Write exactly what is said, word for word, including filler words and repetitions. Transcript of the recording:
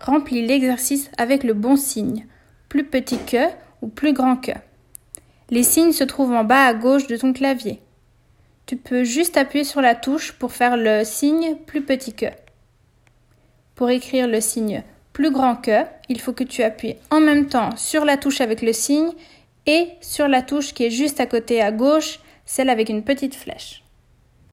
remplis l'exercice avec le bon signe, plus petit que ou plus grand que. Les signes se trouvent en bas à gauche de ton clavier. Tu peux juste appuyer sur la touche pour faire le signe plus petit que. Pour écrire le signe plus grand que, il faut que tu appuies en même temps sur la touche avec le signe et sur la touche qui est juste à côté à gauche, celle avec une petite flèche.